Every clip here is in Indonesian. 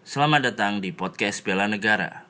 Selamat datang di podcast Bela Negara.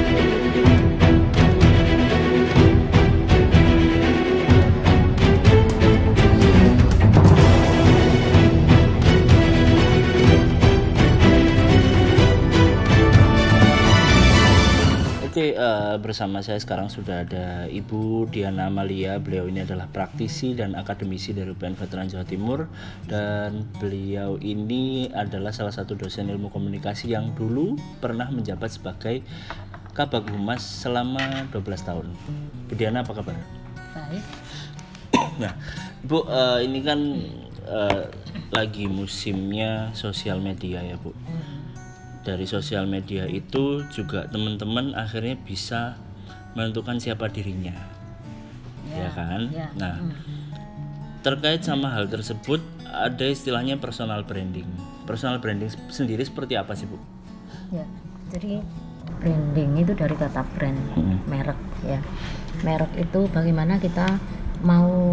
Bersama saya sekarang sudah ada Ibu Diana Amalia. Beliau ini adalah praktisi dan akademisi dari UPN Veteran Jawa Timur, dan beliau ini adalah salah satu dosen ilmu komunikasi yang dulu pernah menjabat sebagai Kabag Humas selama 12 tahun. Bu Diana, apa kabar? Baik. Nah, Bu, ini kan lagi musimnya sosial media ya, Bu. Dari sosial media itu juga teman-teman akhirnya bisa menentukan siapa dirinya, ya kan? Ya. Nah, terkait sama hal tersebut ada istilahnya personal branding. Personal branding sendiri seperti apa sih, Bu? Ya, jadi branding itu dari kata brand, merek ya. Merek itu bagaimana kita mau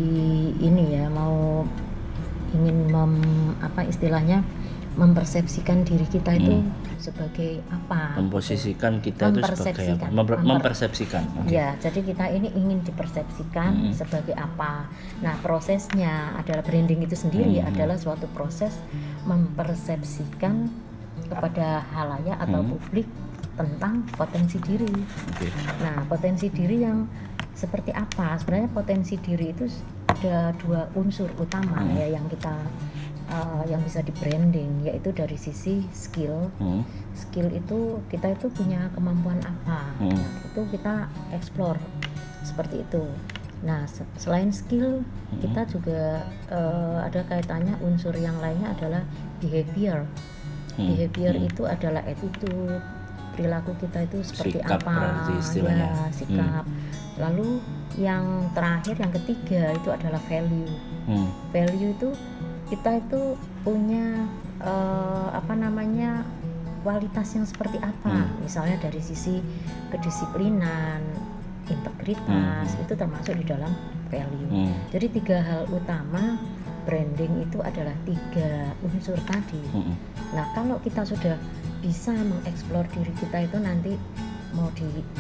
mau ingin istilahnya mempersepsikan diri kita itu sebagai apa? Memposisikan kita itu sebagai apa? Mempersepsikan. Okay. Ya, jadi kita ini ingin dipersepsikan sebagai apa. Nah, prosesnya adalah branding itu sendiri adalah suatu proses mempersepsikan kepada halayak atau publik tentang potensi diri. Okay. Nah, potensi diri yang seperti apa? Sebenarnya potensi diri itu ada dua unsur utama ya yang kita yang bisa di branding, yaitu dari sisi skill. Skill itu kita itu punya kemampuan apa, nah, itu kita explore seperti itu. Nah, selain skill kita juga ada kaitannya unsur yang lainnya adalah behavior. Behavior itu adalah attitude, perilaku kita itu seperti sikap, apa ya, sikap. Lalu yang terakhir, yang ketiga itu adalah value. Value itu kita itu punya kualitas yang seperti apa, misalnya dari sisi kedisiplinan, integritas, itu termasuk di dalam value. Jadi 3 hal utama branding itu adalah 3 unsur tadi. Nah, kalau kita sudah bisa mengeksplor diri kita itu nanti mau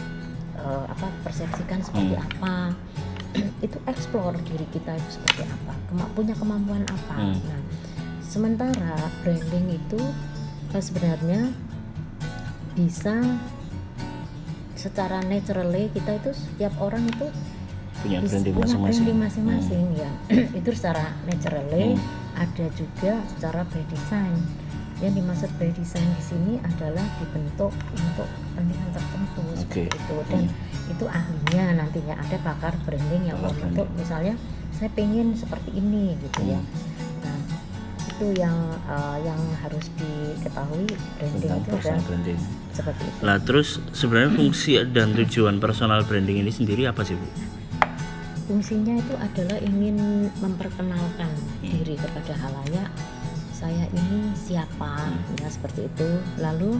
persepsikan seperti apa, itu explore diri kita itu seperti apa, punya kemampuan apa. Nah, sementara branding itu sebenarnya bisa secara naturally, kita itu setiap orang itu punya branding masing-masing ya. Itu secara naturally. Ada juga secara by design. Yang dimaksud by design di sini adalah dibentuk untuk kepentingan tertentu seperti itu, dan itu ahlinya nantinya ada pakar branding yang membentuk, misalnya saya pengen seperti ini gitu ya. Nah, itu yang harus diketahui, branding itu adalah branding seperti itu. Lah, terus sebenarnya fungsi dan tujuan personal branding ini sendiri apa sih, Bu? Fungsinya itu adalah ingin memperkenalkan diri kepada halayak, saya ini siapa, ya seperti itu. Lalu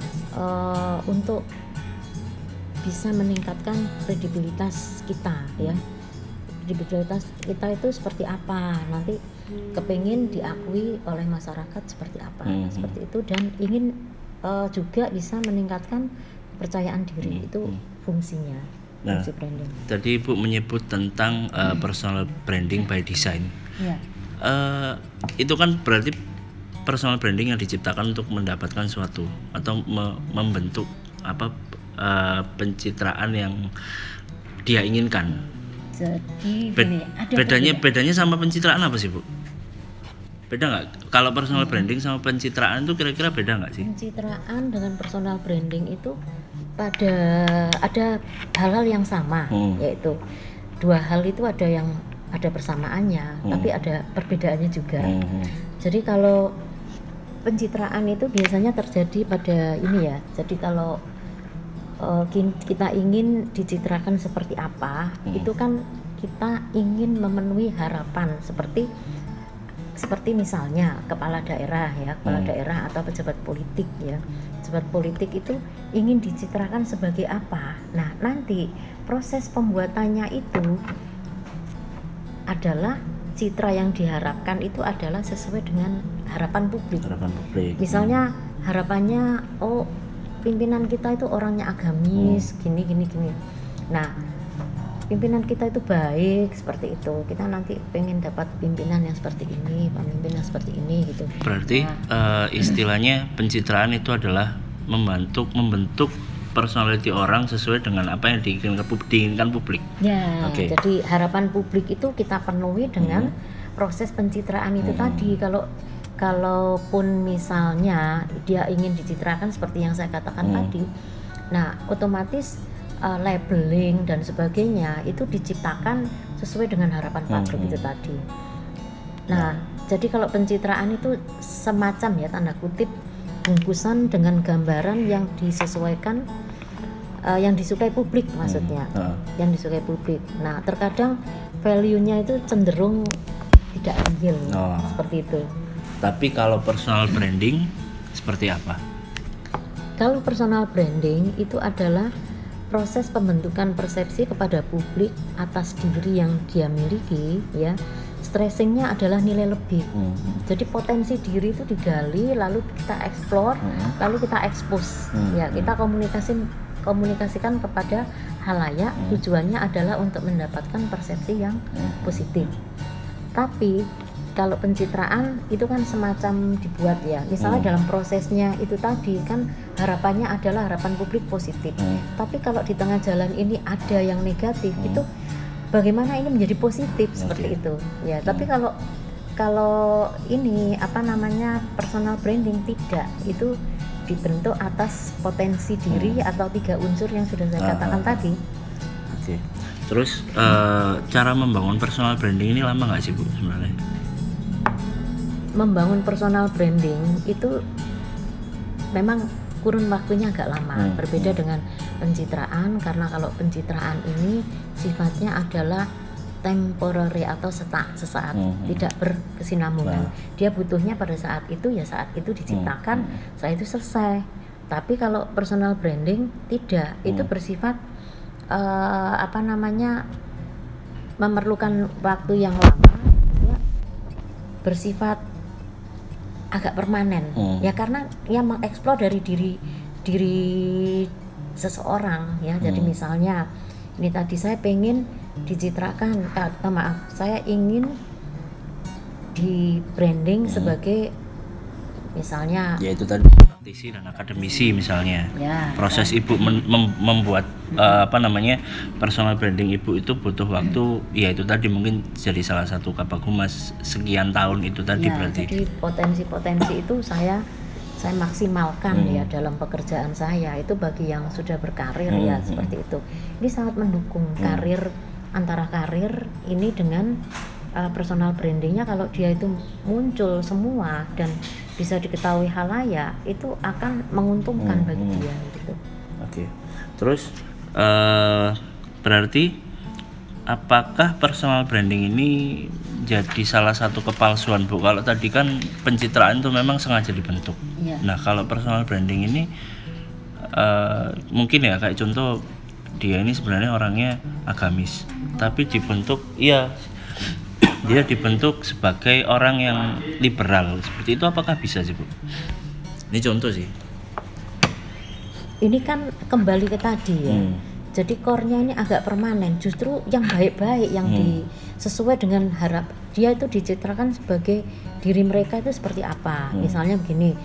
untuk bisa meningkatkan kredibilitas kita ya. Kredibilitas kita itu seperti apa, nanti kepingin diakui oleh masyarakat seperti apa, seperti itu, dan ingin juga bisa meningkatkan kepercayaan diri. Itu fungsinya. Nah, fungsi branding. Tadi Ibu menyebut tentang personal branding by design. Ya. Itu kan berarti personal branding yang diciptakan untuk mendapatkan suatu atau membentuk pencitraan yang dia inginkan. Jadi bedanya sama pencitraan apa sih, Bu? Beda nggak? Kalau personal branding sama pencitraan itu kira-kira beda nggak sih? Pencitraan dengan personal branding itu ada hal-hal yang sama, yaitu 2 hal itu ada persamaannya, tapi ada perbedaannya juga. Jadi kalau pencitraan itu biasanya terjadi pada ini ya. Jadi kalau kita ingin dicitrakan seperti apa, itu kan kita ingin memenuhi harapan seperti misalnya kepala daerah ya, kepala daerah atau pejabat politik ya. Pejabat politik itu ingin dicitrakan sebagai apa. Nah, nanti proses pembuatannya itu adalah citra yang diharapkan itu adalah sesuai dengan harapan publik. Harapan publik. Misalnya harapannya pimpinan kita itu orangnya agamis, gini. Nah, pimpinan kita itu baik seperti itu. Kita nanti pengen dapat pimpinan yang seperti ini, pemimpin yang seperti ini gitu. Berarti istilahnya pencitraan itu adalah membentuk personality orang sesuai dengan apa yang diinginkan publik. Ya, jadi harapan publik itu kita penuhi dengan proses pencitraan itu tadi. Kalaupun misalnya dia ingin dicitrakan seperti yang saya katakan tadi, nah otomatis labeling dan sebagainya itu diciptakan sesuai dengan harapan publik itu tadi. Nah, jadi kalau pencitraan itu semacam ya tanda kutip bungkusan dengan gambaran yang disesuaikan, yang disukai publik maksudnya, yang disukai publik. Nah, terkadang value-nya itu cenderung tidak real, seperti itu. Tapi kalau personal branding seperti apa? Kalau personal branding itu adalah proses pembentukan persepsi kepada publik atas diri yang dia miliki, ya. Stressingnya adalah nilai lebih. Jadi potensi diri itu digali, lalu kita explore, lalu kita expose. Ya, kita komunikasikan kepada halayak. Tujuannya adalah untuk mendapatkan persepsi yang positif. Tapi kalau pencitraan itu kan semacam dibuat ya, misalnya dalam prosesnya itu tadi kan harapannya adalah harapan publik positif. Tapi kalau di tengah jalan ini ada yang negatif, itu bagaimana ini menjadi positif seperti itu ya. Tapi kalau ini personal branding tidak, itu dibentuk atas potensi diri atau 3 unsur yang sudah saya katakan tadi. Oke. Terus cara membangun personal branding ini lama nggak sih Bu sebenarnya? Membangun personal branding itu memang kurun waktunya agak lama, berbeda dengan pencitraan, karena kalau pencitraan ini sifatnya adalah temporary atau sesaat, tidak berkesinambungan. Dia butuhnya pada saat itu diciptakan, setelah itu selesai. Tapi kalau personal branding tidak, itu bersifat memerlukan waktu yang lama, ya, bersifat agak permanen, ya, karena ya mengeksplor dari diri seseorang, ya. Jadi misalnya ini tadi saya pengen dicitrakan, saya ingin di branding sebagai misalnya, yaitu tadi praktisi dan akademisi misalnya. Ya, proses ibu membuat personal branding ibu itu butuh waktu, ya itu tadi mungkin jadi salah satu Kabag Humas sekian tahun itu tadi ya, berarti. Jadi potensi itu saya maksimalkan ya dalam pekerjaan saya itu bagi yang sudah berkarir ya seperti itu. Ini sangat mendukung antara karir ini dengan personal brandingnya. Kalau dia itu muncul semua dan bisa diketahui halayak, itu akan menguntungkan bagi dia gitu. Oke. Terus berarti apakah personal branding ini jadi salah satu kepalsuan Bu? Kalau tadi kan pencitraan itu memang sengaja dibentuk. Ya. Nah, kalau personal branding ini mungkin ya kayak contoh dia ini sebenarnya orangnya agamis, tapi dibentuk dia dibentuk sebagai orang yang liberal. Seperti itu apakah bisa sih Bu? Ini contoh sih. Ini kan kembali ke tadi ya. Jadi core-nya ini agak permanen. Justru yang baik-baik yang sesuai dengan dia itu dicitrakan sebagai diri mereka itu seperti apa. Misalnya begini,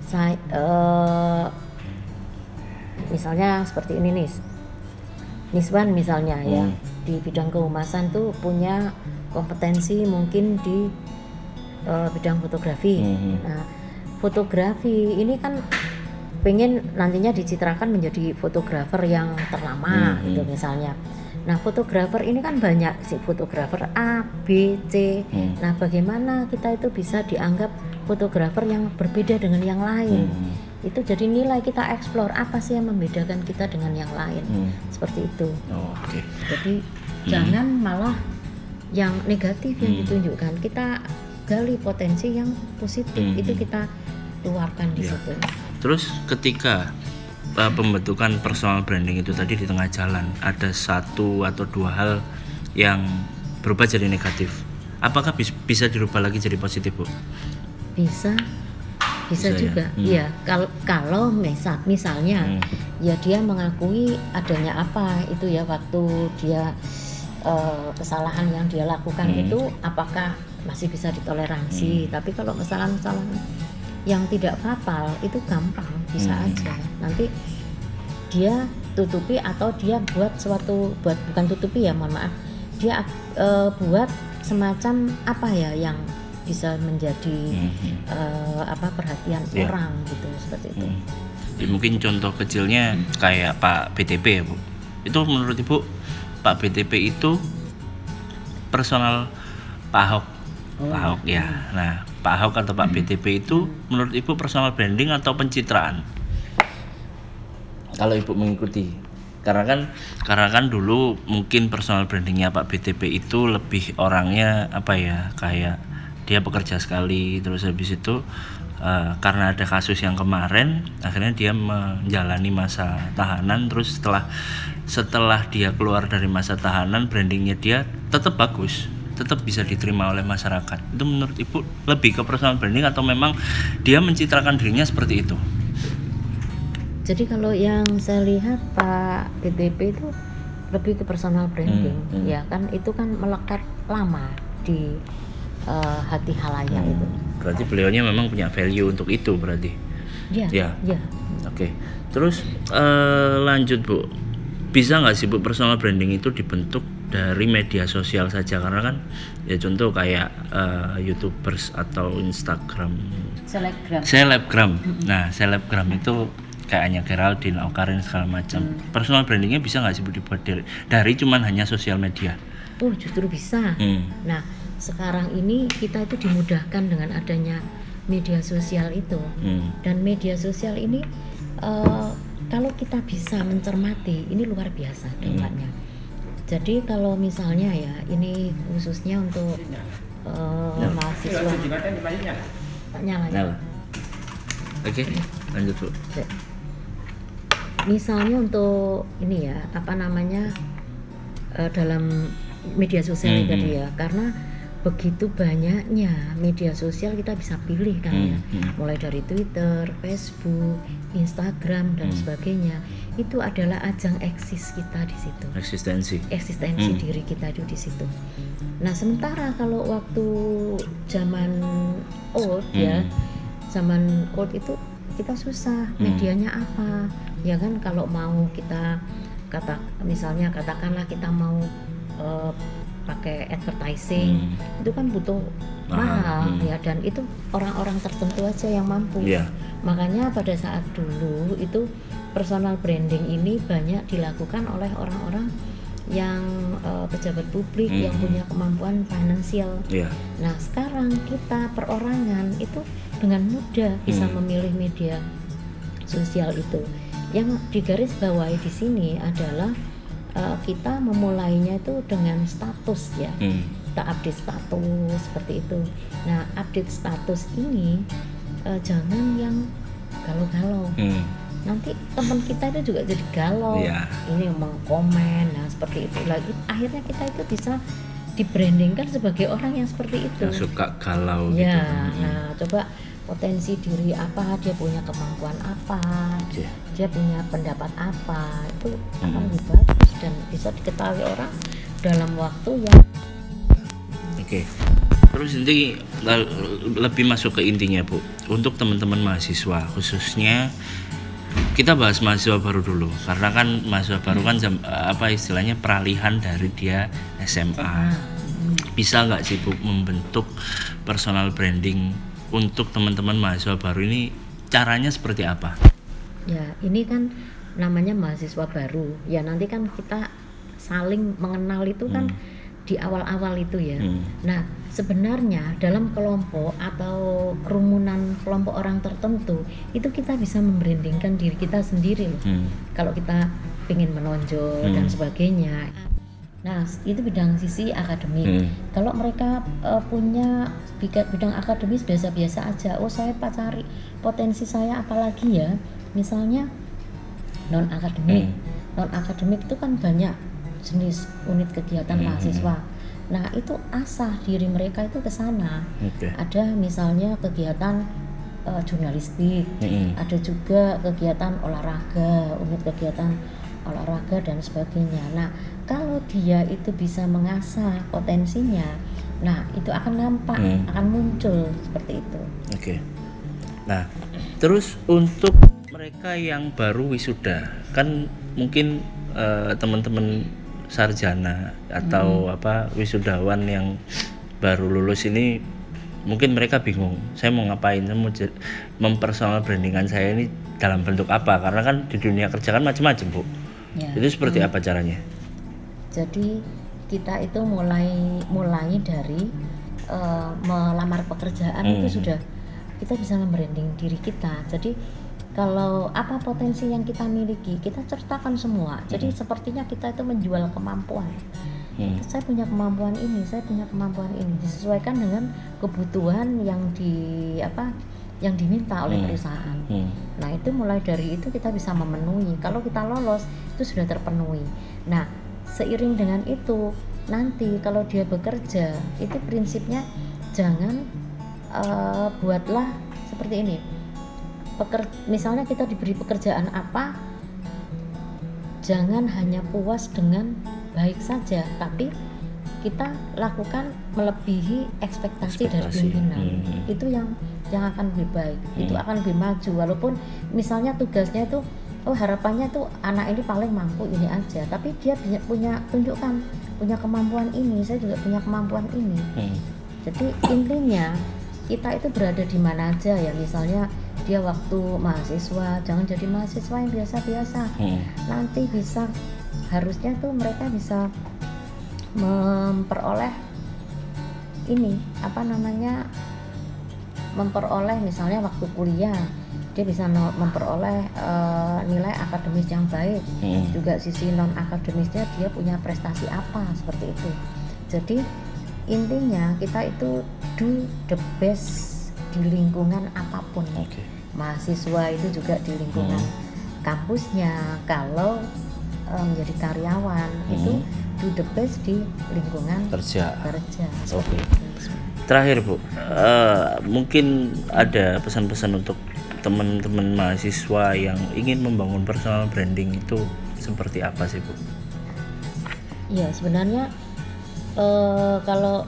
misalnya seperti ini nih. Niswan misalnya ya, di bidang kehumasan tuh punya kompetensi mungkin di bidang fotografi. Nah, fotografi ini kan pengen nantinya dicitrakan menjadi fotografer yang terlama gitu misalnya. Nah, fotografer ini kan banyak sih, fotografer A, B, C. Nah, bagaimana kita itu bisa dianggap fotografer yang berbeda dengan yang lain? Itu jadi nilai kita eksplor, apa sih yang membedakan kita dengan yang lain. Seperti itu. Oke. Jadi jangan malah yang negatif yang ditunjukkan. Kita gali potensi yang positif, itu kita keluarkan di situ. Terus ketika pembentukan personal branding itu tadi di tengah jalan ada 1 atau 2 hal yang berubah jadi negatif, apakah bisa dirubah lagi jadi positif Bu? Bisa. Bisa juga, ya. Kalau misalnya ya dia mengakui adanya apa itu ya waktu dia kesalahan yang dia lakukan itu apakah masih bisa ditoleransi. Tapi kalau kesalahan-kesalahan yang tidak fatal itu gampang, bisa aja. Nanti dia tutupi atau dia buat bukan tutupi ya, mohon maaf. Dia buat semacam apa ya yang bisa menjadi perhatian orang gitu, seperti itu. Ya, mungkin contoh kecilnya kayak Pak BTP ya Bu. Itu menurut Ibu Pak BTP itu personal Pak Ahok. Pak Ahok ya. Nah, Pak Ahok atau Pak BTP itu menurut Ibu personal branding atau pencitraan? Kalau Ibu mengikuti, karena kan dulu mungkin personal brandingnya Pak BTP itu lebih orangnya apa ya, kayak dia bekerja sekali, terus habis itu karena ada kasus yang kemarin akhirnya dia menjalani masa tahanan, terus setelah dia keluar dari masa tahanan brandingnya dia tetap bagus, tetap bisa diterima oleh masyarakat. Itu menurut Ibu lebih ke personal branding atau memang dia mencitrakan dirinya seperti itu? Jadi kalau yang saya lihat Pak BTP itu lebih ke personal branding, ya kan itu kan melekat lama di hati halayak itu. Berarti beliaunya memang punya value untuk itu berarti. Ya. Oke. Terus lanjut Bu, bisa nggak sih Bu personal branding itu dibentuk dari media sosial saja? Karena kan ya contoh kayak YouTubers atau Instagram. Selebgram. Nah selebgram itu kayaknya Geraldine, Awkarin segala macam. Personal brandingnya bisa nggak sih Bu dibuat dari cuman hanya sosial media? Oh justru bisa. Nah sekarang ini kita itu dimudahkan dengan adanya media sosial itu. Dan media sosial ini kalau kita bisa mencermati ini luar biasa dampaknya. Jadi kalau misalnya ya ini khususnya untuk mahasiswa. Nyala. Oke, lanjut Bu. Misalnya untuk ini ya dalam media sosial tadi ya, karena begitu banyaknya media sosial kita bisa pilih kan ya, mulai dari Twitter, Facebook, Instagram dan sebagainya. Itu adalah ajang eksis kita di situ. Eksistensi diri kita itu di situ. Nah sementara kalau waktu zaman old zaman old itu kita susah medianya apa ya kan. Kalau mau kita katakanlah kita mau pakai advertising itu kan butuh mahal ya, dan itu orang-orang tertentu aja yang mampu. Makanya pada saat dulu itu personal branding ini banyak dilakukan oleh orang-orang yang pejabat publik yang punya kemampuan finansial. Nah sekarang kita perorangan itu dengan mudah bisa memilih media sosial itu. Yang digarisbawahi di sini adalah kita memulainya itu dengan status ya. Kita update status seperti itu. Nah update status ini jangan yang galau-galau. Nanti teman kita itu juga jadi galau. Ini mengkomen, nah seperti itu lagi. Akhirnya kita itu bisa dibrandingkan sebagai orang yang seperti itu. Yang suka galau gitu. gitu. Nah coba potensi diri apa, dia punya kemampuan apa, dia punya pendapat apa, itu akan lebih bagus dan bisa diketahui orang dalam waktu yang. Terus nanti lebih masuk ke intinya Bu, untuk teman-teman mahasiswa khususnya. Kita bahas mahasiswa baru dulu, karena kan mahasiswa baru kan istilahnya peralihan dari dia SMA. Bisa nggak sih Bu membentuk personal branding untuk teman-teman mahasiswa baru ini, caranya seperti apa? Ya ini kan namanya mahasiswa baru ya, nanti kan kita saling mengenal itu kan di awal-awal itu ya. Nah sebenarnya dalam kelompok atau kerumunan kelompok orang tertentu itu kita bisa membrandingkan diri kita sendiri loh. Kalau kita ingin menonjol dan sebagainya. Nah itu bidang sisi akademik. Kalau mereka punya bidang akademis biasa-biasa aja, oh saya cari potensi saya apalagi ya, misalnya non akademik itu kan banyak jenis unit kegiatan mahasiswa. Nah itu asah diri mereka itu ke sana. Ada misalnya kegiatan jurnalistik, ada juga kegiatan olahraga, unit kegiatan olahraga dan sebagainya. Nah, kalau dia itu bisa mengasah potensinya, nah itu akan nampak, akan muncul seperti itu. Oke. Nah, terus untuk mereka yang baru wisuda, kan mungkin teman-teman sarjana atau wisudawan yang baru lulus ini, mungkin mereka bingung, saya mau ngapain, saya mau mempersonal brandingan saya ini dalam bentuk apa, karena kan di dunia kerja kan macam-macam, Bu. Ya. Itu seperti apa caranya? Jadi kita itu mulai dari melamar pekerjaan itu sudah kita bisa membranding diri kita. Jadi kalau apa potensi yang kita miliki, kita ceritakan semua. Jadi sepertinya kita itu menjual kemampuan. Saya punya kemampuan ini, saya punya kemampuan ini, disesuaikan dengan kebutuhan yang diminta oleh perusahaan. Nah, itu mulai dari itu kita bisa memenuhi. Kalau kita lolos, itu sudah terpenuhi. Nah, seiring dengan itu, nanti kalau dia bekerja, itu prinsipnya jangan buatlah seperti ini. Misalnya kita diberi pekerjaan apa, jangan hanya puas dengan baik saja, tapi kita lakukan melebihi ekspektasi dari pimpinan. Itu yang akan lebih baik, itu akan lebih maju. Walaupun misalnya tugasnya itu harapannya tuh anak ini paling mampu ini aja, tapi dia tunjukkan punya kemampuan ini, saya juga punya kemampuan ini. Jadi intinya kita itu berada di mana aja ya. Misalnya dia waktu mahasiswa, jangan jadi mahasiswa yang biasa-biasa. Nanti harusnya tuh mereka bisa memperoleh memperoleh misalnya waktu kuliah dia bisa memperoleh nilai akademis yang baik, juga sisi non akademisnya dia punya prestasi apa, seperti itu. Jadi intinya kita itu do the best di lingkungan apapun. Mahasiswa itu juga di lingkungan kampusnya, kalau menjadi karyawan itu do the best di lingkungan kerja. Oke. Terakhir, Bu, mungkin ada pesan-pesan untuk teman-teman mahasiswa yang ingin membangun personal branding itu seperti apa sih, Bu? Ya, sebenarnya kalau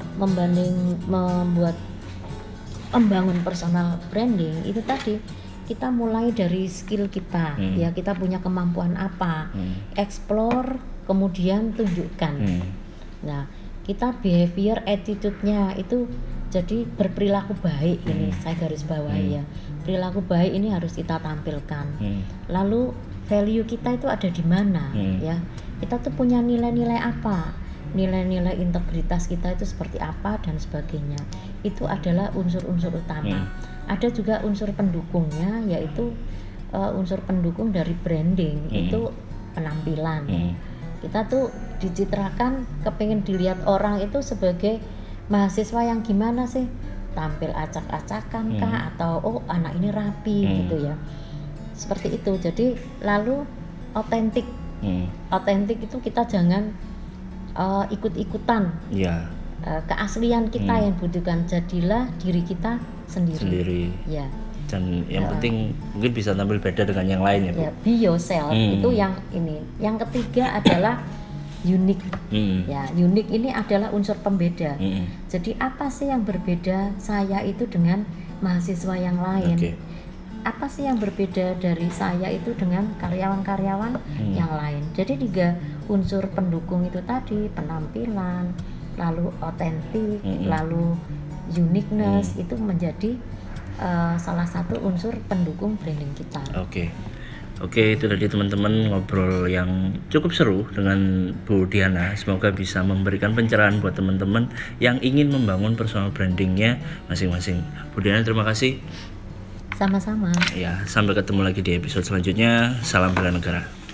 membangun personal branding itu tadi kita mulai dari skill kita, ya kita punya kemampuan apa, explore, kemudian tunjukkan. Nah, kita behavior, attitude-nya itu jadi berperilaku baik. Ini saya garis bawahi ya, perilaku baik ini harus kita tampilkan. Lalu value kita itu ada di mana, ya kita tuh punya nilai-nilai apa, nilai-nilai integritas kita itu seperti apa dan sebagainya. Itu adalah unsur-unsur utama. Ada juga unsur pendukungnya, yaitu unsur pendukung dari branding itu penampilan. Kita tuh dicitrakan, kepingin dilihat orang itu sebagai mahasiswa yang gimana sih, tampil acak-acakan kah, atau anak ini rapi gitu ya, seperti itu. Jadi lalu otentik. Otentik itu kita jangan ikut-ikutan. Keaslian kita yang butuhkan, jadilah diri kita sendiri. Ya. Dan yang penting mungkin bisa tampil beda dengan yang lain ya, Bu. Ya, be yourself. Itu yang ini. Yang ketiga adalah unik. Ya, unik ini adalah unsur pembeda. Jadi apa sih yang berbeda saya itu dengan mahasiswa yang lain? Apa sih yang berbeda dari saya itu dengan karyawan-karyawan yang lain? Jadi 3 unsur pendukung itu tadi, penampilan, lalu otentik, lalu uniqueness, itu menjadi salah satu unsur pendukung branding kita. Oke, itu tadi teman-teman ngobrol yang cukup seru dengan Bu Diana. Semoga bisa memberikan pencerahan buat teman-teman yang ingin membangun personal brandingnya masing-masing. Bu Diana, terima kasih. Sama-sama. Ya, sampai ketemu lagi di episode selanjutnya. Salam bela negara.